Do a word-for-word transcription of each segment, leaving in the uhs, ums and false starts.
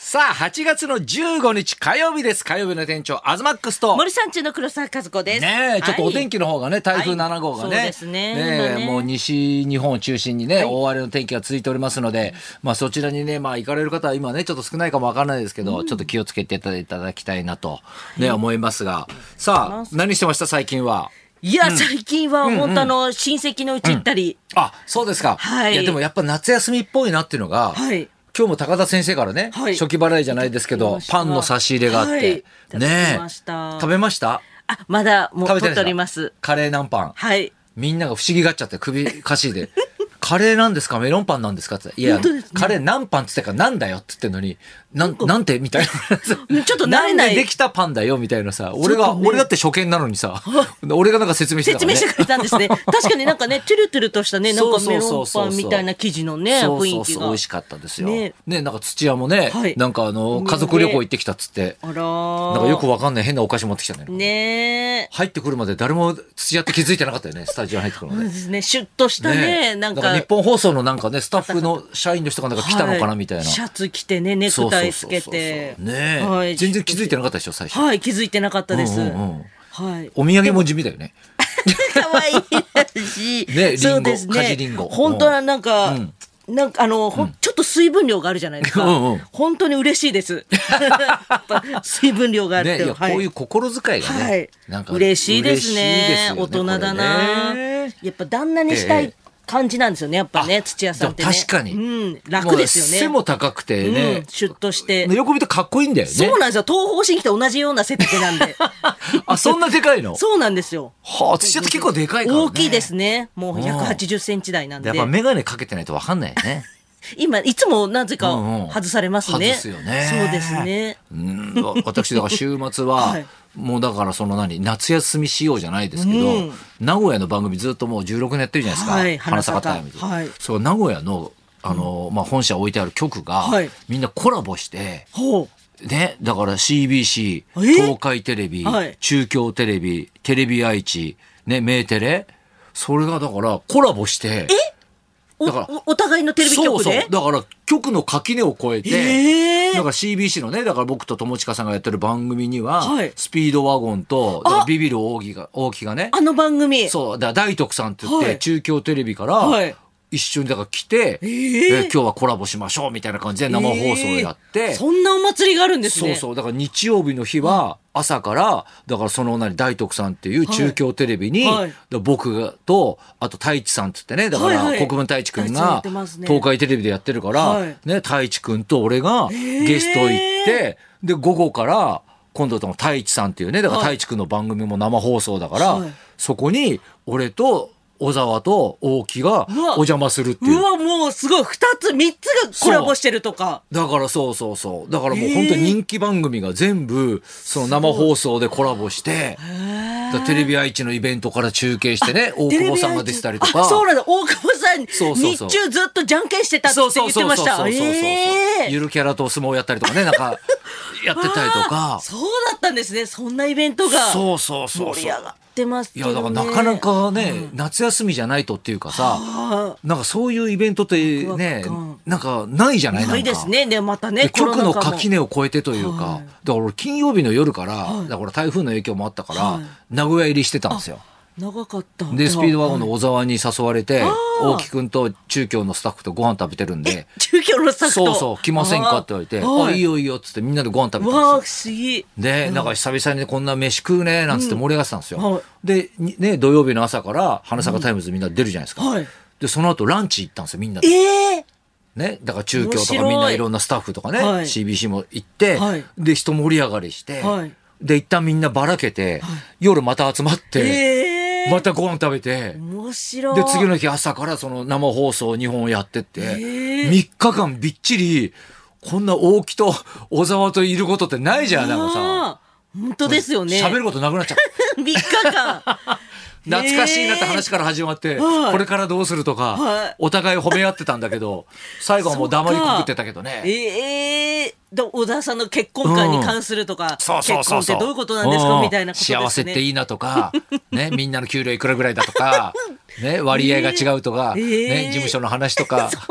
さあはちがつのじゅうごにち火曜日です。火曜日の店長アズマックスと森三中の黒沢和子です。 ねえ、ちょっとお天気の方がね、台風ななごうがね、 はいそうですねねえねもう西日本を中心にね、 はい大荒れの天気が続いておりますので、まあそちらにね、まあ行かれる方は今ねちょっと少ないかもわからないですけど、ちょっと気をつけていただきたいなとね、思いますが、さあ何してました最近は。 いや、最近は本当あの、親戚のうち行ったり、 あ、そうですか。 はいいやでもやっぱ夏休みっぽいなっていうのが、 はい今日も高田先生からね、 はい初期払いじゃないですけどパンの差し入れがあって、 はいいただねきましたえ食べました。 あ、まだもう食べてないですか。 取っております。 カレーナンパン。 はい。 みんなが不思議がっちゃって首かしいでカレーなんですかメロンパンなんですかって言ったらいや、 本当ですねカレーナンパンって言ってからなんだよって言ってんのになんなんてみたいなちょっと慣れないんでできたパンだよみたいなさ、俺が、 ちょっとね俺だって初見なのにさ俺がなんか説明してたからね。 説明してくれたんですね。確かになんかね、トゥルトゥルとしたね、なんかメロンそうそうそうそうパンみたいな生地のね、 そう雰囲気が。 そうそう美味しかったですよ。ねねなんか土屋もね、 はいなんかあの家族旅行行ってきたっつって、 あらなんーかよくわかんない変なお菓子持ってきたね。 ねえ。 入ってくるまで誰も土屋って気づいてなかったよねスタジオに入ってくるまで。 そうですね、シュッとしたね、なんか。 だから日本放送のなんかねスタッフの社員の人がなんか来たのかなみたいな、 はいシャツ着てね、ネクタイつけそうそうそうて。 そうねえ、 はい全然気づいてなかったでしょ最初。 はい、気づいてなかったです。 うんうんうんはい。 お土産も地味だよね。 可愛いし、 ねリンゴそうですね果汁リンゴ本当はなんか、 うんなんかあの、ほんちょっと水分量があるじゃないですか。 うんうん本当に嬉しいです。やっぱ水分量があって、 ねいや、 はいこういう心遣いがね、 はい、 なんか嬉しいです嬉しいね。 ですよね大人だな、 これねやっぱ旦那にしたいええ感じなんですよね。やっぱね、 あ土屋さんってね。 確かにうん、楽ですよね。 もう背も高くてね、 うん、シュッとして。 よく見るとかっこいいんだよね。 そうなんですよ。東方神起と同じような設定なんで。 あそんなでかいの。 そうなんですよ。 はあ土屋って結構でかいからね。 大きいですね。もうひゃくはちじゅっセンチ台なんで。 やっぱ眼鏡かけてないと分かんないよね。 今いつもなぜかうんうん外されますね。 外すよねそうですね。 うんわ私だから週末は、 はいもうだからその何夏休み仕様じゃないですけど、 うん名古屋の番組ずっともうじゅうろくねんやってるじゃないですか、 はい花咲かタイムズ、 はいそう名古屋のあの、まあ、本社置いてある局が、 はいみんなコラボしてほね、だから シービーシー、 え東海テレビ、 はい中京テレビ、テレビ愛知、ね、メーテレ、それがだからコラボして、 う。おだからおお互いのテレビ局で。 そうそう、だから局の垣根を越えて、 へーだから シービーシー のね、だから僕と友近さんがやってる番組には、 はいスピードワゴンと、だからビビる大木が、大木がね、 あの番組。 そう、だから大徳さんって言って、 はい中京テレビから、 はい一緒にだから来て、えーー今日はコラボしましょうみたいな感じで生放送をやって、 えーそんなお祭りがあるんですね。 そうそうだから日曜日の日は朝からだからその何大徳さんっていう中京テレビに、 はいはいだから僕がとあと太一さんって言ってねだからはいはい国分太一君太一さんやがってますね東海テレビでやってるから、 はいね太一君と俺がゲスト行って、で午後から今度の太一さんっていうねだからはい太一君の番組も生放送だから、 はいそこに俺と小沢と大木がうわお邪魔するっていうう。わ、もうすごい。二つ、三つがコラボしてるとか。 だからそうそうそう。だからもう本当に人気番組が全部その生放送でコラボして、だからテレビ愛知のイベントから中継してね、大久保さんが出てたりとか。 あ、そうなんだ。大久保さん、 そうそうそう日中ずっとじゃんけんしてたって言ってました。 そうそうそうそうそうそうえーゆるキャラと相撲やったりとかね、なんかやってたりとか。 そうだったんですね。そんなイベントがそうそうそうそう。 盛り上がってますけいどね。 やだからなかなかね、夏休みじゃないとっていうかさ、 あなんかそういうイベントってねワクワク感、 なんかないじゃないなんか。 ないですね。で、またね、 で局のコロナ禍も垣根を越えてというか、 はいだから俺金曜日の夜から、だから台風の影響もあったから、 はい名古屋入りしてたんですよ。 長かった。 でスピードワゴンの小沢に誘われて、 ー大木君と中京のスタッフとご飯食べてるんで、 中京のスタッフと。 そうそう来ませんかって言われて、あ,、 はいいいよいいよっつってみんなでご飯食べてわあ、不たんですよ。 思議。 でなんか久々にこんな飯食うねなんつって盛り上がってたんですよ。 うんはいでにね土曜日の朝から花咲かタイムズみんな出るじゃないですか。 はいでその後ランチ行ったんですよみんなで。 ええね、だから中京とか面白いみんないろんなスタッフとかね、 はいシービーシー も行って、 はいで人盛り上がりして、 はいで一旦みんなばらけて、夜また集まって、 ええまたご飯食べて、 面白い。 で次の日朝からその生放送にほんやってって、 ーみっかかんびっちりこんな大木と小沢といることってないじゃんなんかさ。 あー本当ですよね。 喋ることなくなっちゃう。 みっかかん。 懐かしいなって話から始まって、 はいこれからどうするとか、 はいお互い褒め合ってたんだけど、最後はもう黙りこくってたけどね。 ええで小田さんの結婚観に関するとか、 そうそうそうそう。 結婚ってどういうことなんですか、 うんみたいなことですね。 幸せっていいなとか、ね、みんなの給料いくらぐらいだとか、ね、割合が違うとか、 えーね、事務所の話とか。 そんな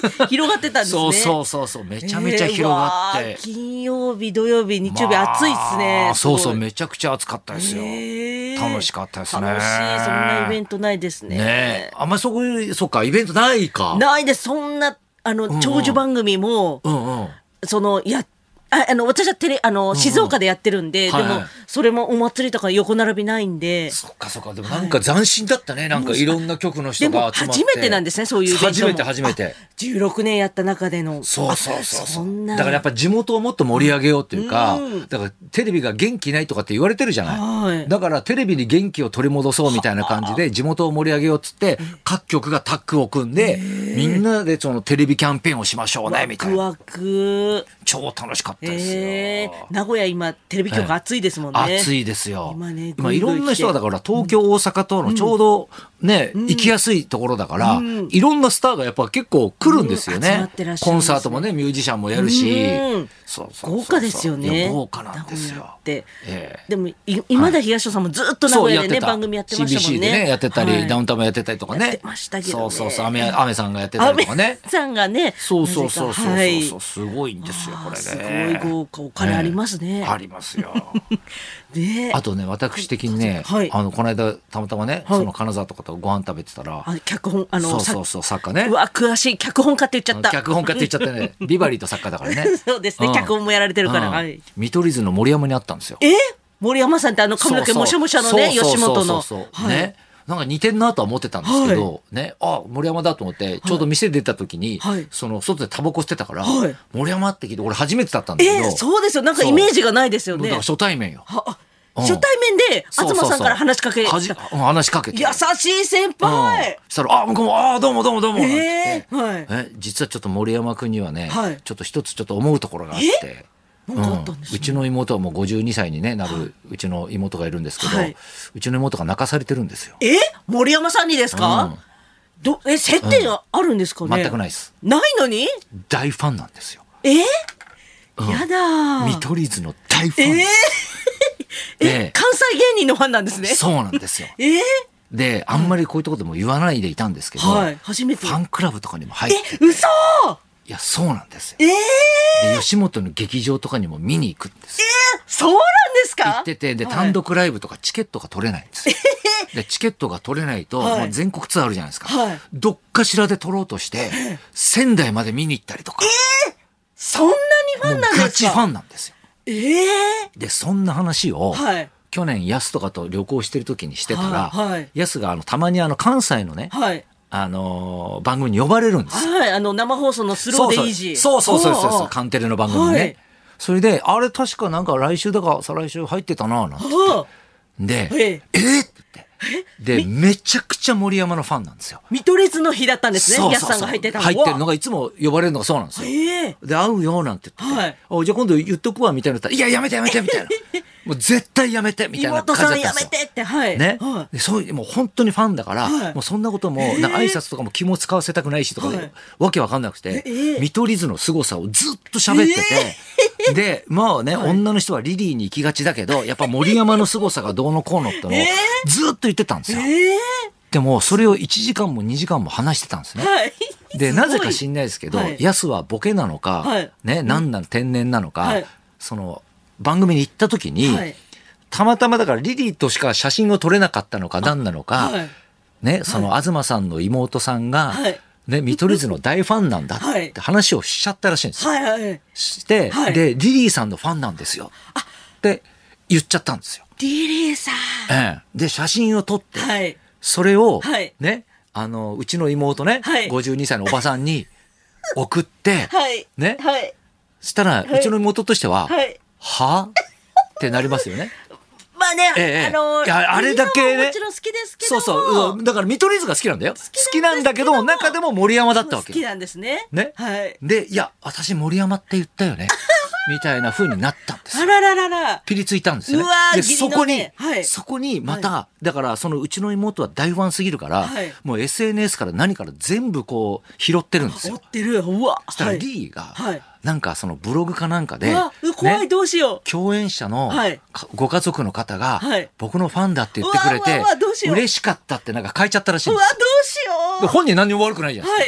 広がってたんですね。 そうそうそうそう、めちゃめちゃ広がって。 えーわー金曜日、土曜日、日曜日、暑いっすね。 まあそうそう、 すごいめちゃくちゃ暑かったですよ。 へー楽しかったですね。 楽しい、そんなイベントないですね。 ねえ。あんまりそこ、そっか、イベントないか。 ないです、そんな、あの、長寿番組も、 うんうん。 その、や、ああの、私はテレ、あの、静岡でやってるんで、でもはいはい、 それもお祭りとか横並びないんで、 そっかそっか、でもなんか斬新だったね。なんかいろんな局の人でもが集まって。 初めてなんですね、そういうイベントも。 初めて初めて。 じゅうろくねんやった中での。 そうそうそうあそ。 そうんな。 だからやっぱ地元をもっと盛り上げようっていうか、 うんだからテレビが元気ないとかって言われてるじゃない。 はいだからテレビに元気を取り戻そうみたいな感じで地元を盛り上げようっつって各局がタッグを組んでみんなでそのテレビキャンペーンをしましょうねみたいな。 ワクワク。 超楽しかったですよ。 えー、名古屋今テレビ局暑いですもんね。 暑いですよ。 今ね今いろんな人がだから東京、大阪とのちょうどね、行きやすいところだから、いろんなスターがやっぱ結構来るんですようん集まねってらっ。しゃるコンんですねサートもね、ミュージシャンもやるしうん。 そうそうそうそう豪華ですよいやね。 豪華なんですよ名古屋っ。てええでもい今田東野さんもずっと名古屋でね、 そう番組やってましたもんシービーシーね。 でね、やってたり、 はいダウンタウンもやってたりとかね。 やってましたけどねそうそうそう、アメ、アメさんがやってたりとかね。 安倍さんがね。 そうそうそうそうそう、 はいそうすごいんですよ、これね。 すごい豪華、お金ありますね。 ええありますよ。 ねあとね、私的にね、 はいあの、この間、たまたまね、 はいその金沢とかとご飯食べてたら、 あ脚本、あの、 そうそうそう、作家ねさう。わ、詳しい。脚本家って言っちゃった。 脚本家って言っちゃってね、ビバリーと作家だからね。 そうですね、 うん脚本もやられてるから。 うんはい。 見取り図の森山にあったんですよ。 え森山さんってあの髪の毛もしゃもしゃのね、 そうそう吉本の。 そうそうそうはいね。なんか似てんなとは思ってたんですけど、ね、あ、森山だと思って、ちょうど店出た時に、 はいその、外でタバコ吸ってたから、 はい森山って聞いて、俺初めてだったんだけど、 えそうですよ。なんかイメージがないですよねだから。初対面よ。 はあうん初対面で、東さんから話しかけはじうん話しかけて。 優しい先うん輩。 そしたら、あ、向こうも、あ、どうもどうもどうも。なんてえーはいえ、実はちょっと森山君にはね、 はいちょっと一つちょっと思うところがあって、 なんかあったんですねうちの妹はもうごじゅうにさいに、ね、なるうちの妹がいるんですけど、 はいうちの妹が泣かされてるんですよ。 え森山さんにですか、どえ接点あるんですかね、 全くないです。 ないのに大ファンなんですよ。 えやだー見取り図の大ファン。 えーでえ関西芸人のファンなんですね。 そうなんですよ。 えーで、あんまりこういうところでも言わないでいたんですけど、 はい初めてファンクラブとかにも入ってて、 え嘘いや、そうなんですよ。 えー、 で、吉本の劇場とかにも見に行くんですよ。 そうなんですか行ってて、で、 はい単独ライブとかチケットが取れないんですよ。で、チケットが取れないと、 はいもう全国ツアーあるじゃないですか。 はいどっかしらで取ろうとして、仙台まで見に行ったりとか、 そんなにファもうンなんですかガチファンなんですよ。 ええで、そんな話を、 はい去年、ヤスとかと旅行してる時にしてたら、 はいはいヤスがあのたまにあの関西のね、 はいあのー番組に呼ばれるんですよ。 はいあの生放送のスローでイージーそうそうそうそうそうそうおうおうカンテレの番組にね、 はいそれであれ確かなんか来週だか再来週入ってたななんておうでえええーって言ってでめちゃくちゃ森山のファンなんですよ。 見取り図の日だったんですね。 そうそうそうヤスさんが入ってたの入ってるのががいつも呼ばれるのがそうなんですよ。 ええで会うよなんて言ってて、 はいおじゃあ今度言っとくわみたいなの言ったらいややめてやめてみたいなもう絶対やめてみたいな妹感じだったんですよ。 さんやめてってはいね、 はでそういうもう本当にファンだから、 はいもうそんなこともなんか挨拶とかも気も使わせたくないしとかで、 はいわけわかんなくて、 ええ見取り図の凄さをずっと喋ってて、でまあね、女の人はリリーに行きがちだけどやっぱ森山の凄さがどうのこうのってのをえずっと言ってたんですよ。 ええでもそれをいちじかんもにじかんも話してたんですね。 はいですなぜか知んないですけど、 はいヤスはボケなのか、 はいね、何なの天然なのか、 はいその番組に行った時に、 はいたまたまだからリリーとしか写真を撮れなかったのか何なのか、 はいね、その東さんの妹さんが、 はいね、見取り図の大ファンなんだって話をしちゃったらしいんですよ。 はいはいして、 はいで、リリーさんのファンなんですよって言っちゃったんですよ。 リリーさんええ、で、写真を撮って、 はいそれを、 はいね、あの、うちの妹ね、 はいごじゅうにさいのおばさんに送って、 はいね、 はいしたら、 はいうちの妹としては、 はいはってなりますよね。 まあね、 ええあのいやあれだけねみんなももちろん好きですけどそうもそう。だから見取り図が好きなんだよ。好きなんだけど、中でも森山だったわけよ。 好きなんですねね。 はいで、いや、私森山って言ったよね。みたいな風になったんですよ。 あららららピリついたんですよね。 うわーで、 義理のねそこに、 はいそこにまた、だからそのうちの妹は大ファンすぎるから、 はいもう エスエヌエス から何から全部こう拾ってるんですよ追っ。てるうわそしたらはいリーが、 はいなんかそのブログかなんかで、 うわう怖いねどうしよう共演者のはいかご家族の方がはい僕のファンだって言ってくれてうわうわうわどうしよう嬉しかったってなんか書いちゃったらしいんうわですよ。 どうしようで本人何にも悪くないじゃないですか。 はい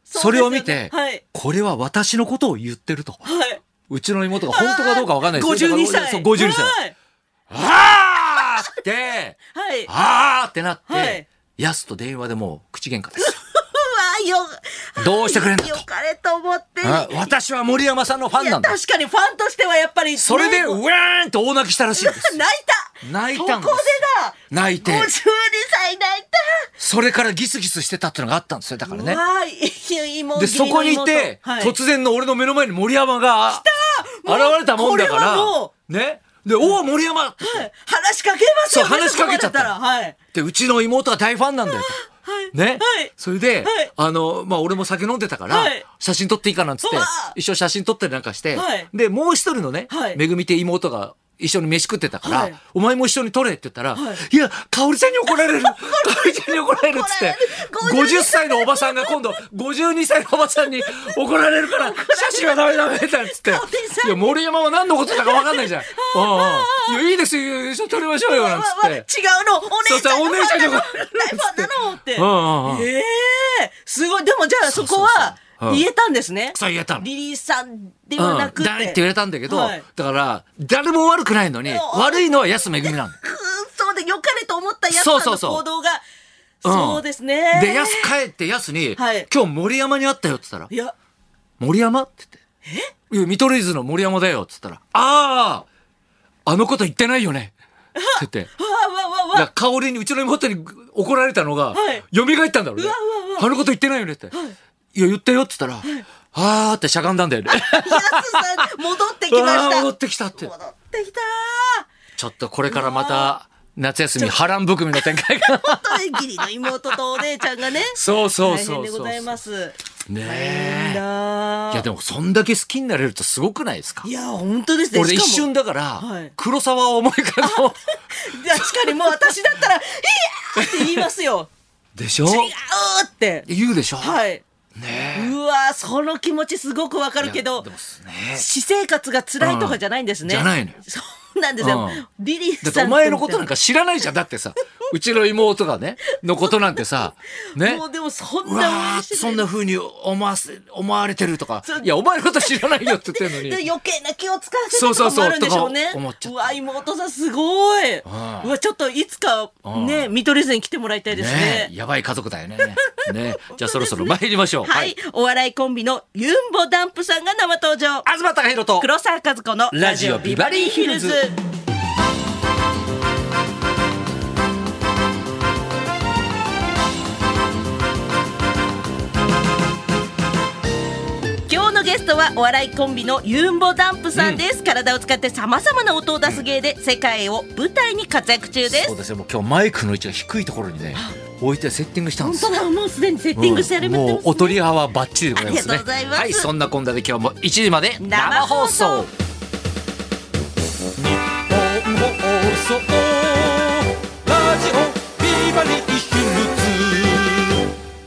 それを見て、 はい、 これは私のことを言ってると。 はい、 うちの妹が本当かどうかわかんないですごじゅうにさい。 そう、ごじゅうにさい。 はい、 あーって、 はい、 あーってなって、 はい、 ヤスと電話でもう口喧嘩ですよ。 よどうしてくれんだと。 よかれと思って。 私は森山さんのファンなんだ。 確かにファンとしてはやっぱり、ね。 それで、うわーんと大泣きしたらしいんです。 泣いた泣いたんです。 そこでだ泣いて。 ごじゅうにさい泣いたそれからギスギスしてたっていうのがあったんですよ。だからね。 で、 そこにいて、はい、突然の俺の目の前に森山が現れたもんだから、ね。で、おお、森山、はい、 話しかけますよ。 そう、話しかけちゃった。 はい、 で、うちの妹が大ファンなんだよと。ね、はい、それで、はい、あの、まあ、俺も酒飲んでたから、はい、写真撮っていいかなんつって、一緒写真撮ったりなんかして、はい、で、もう一人のね、はい、めぐみって妹が一緒に飯食ってたから、はい、お前も一緒に撮れって言ったら、はい、いや、かおりちゃんに怒られる。かおりちゃんに怒られるっつって、ごじゅっさいのおばさんが今度、ごじゅうにさいのおばさんに怒られるから、写真はダメダメだっつって、いや、森山は何のことだか分かんないじゃん。いや、いいですよ、一緒に撮りましょうよ、なんつって。違うの、お姉ちゃんお姉ちゃんに怒られる。 大ファンなのって。ええ、すごい。でもじゃあそこは、言えたんですね。 そう言えたの。 リリーさんではなくて。 誰って言われたんだけど、だから、誰も悪くないのに、悪いのは安めぐみなの。 そうで、良かれと思った安さんの行動が、そうですね。 で、安帰って安に、今日森山に会ったよって言ったら、いや、森山って言って。えいや、見取り図の森山だよって言ったら、ああ、あのこと言ってないよね。って言って。いや、香りに、うちの妹に怒られたのが、蘇ったんだろうね。あのこと言ってないよねって。いや、言ったよって言ったら、あーってしゃがんだんだよね。 やすさん、戻ってきました。 戻ってきたって。 戻ってきた。 ちょっとこれからまた、夏休み波乱含みの展開が。 本当に義理の妹とお姉ちゃんがね。 そうそうそうそう。 大変でございます。 ねえ。いやでもそんだけ好きになれるとすごくないですか。 いや本当ですね。 俺一瞬だから、はい、黒沢を思い浮かべた。 確かにもう私だったら、いやーって言いますよ。 でしょ。 違うって言うでしょ。 はい。 ね、 うわその気持ちすごくわかるけど、ね、私生活が辛いとかじゃないんですね。 じゃないのよ。 そうなんですよ。うん、リリーさんだってお前のことなんか知らないじゃん。だってさ、うちの妹がねのことなんてさ、ね。 もうでもそんなそんな風に思わせ思われてるとか、いやお前のこと知らないよって言ってるのに。 で余計な気を使わせるとかもあるんでしょうね。 そうそうそう思っちゃった。 うわ妹さんすごい。うわちょっといつかね見取り図に来てもらいたいですね。 ねやばい家族だよね。ねじゃあそろそろ参りましょう。 はい、お笑いコンビのユンボダンプさんが生登場。 東貴博と黒沢和子のラジオビバリーヒルズ。 今日のゲストはお笑いコンビのユンボダンプさんです、うん、体を使ってさまざまな音を出す芸で世界を舞台に活躍中です。 そうですね。もう今日マイクの位置が低いところにね置いてセッティングしたんです。 本当だ、もうすでにセッティングしてあります、ね、 うん、もうおとり派はバッチリでございますね。 ありがとうございます。 はい、そんなこんなで今日もいちじまで生放送。日本放送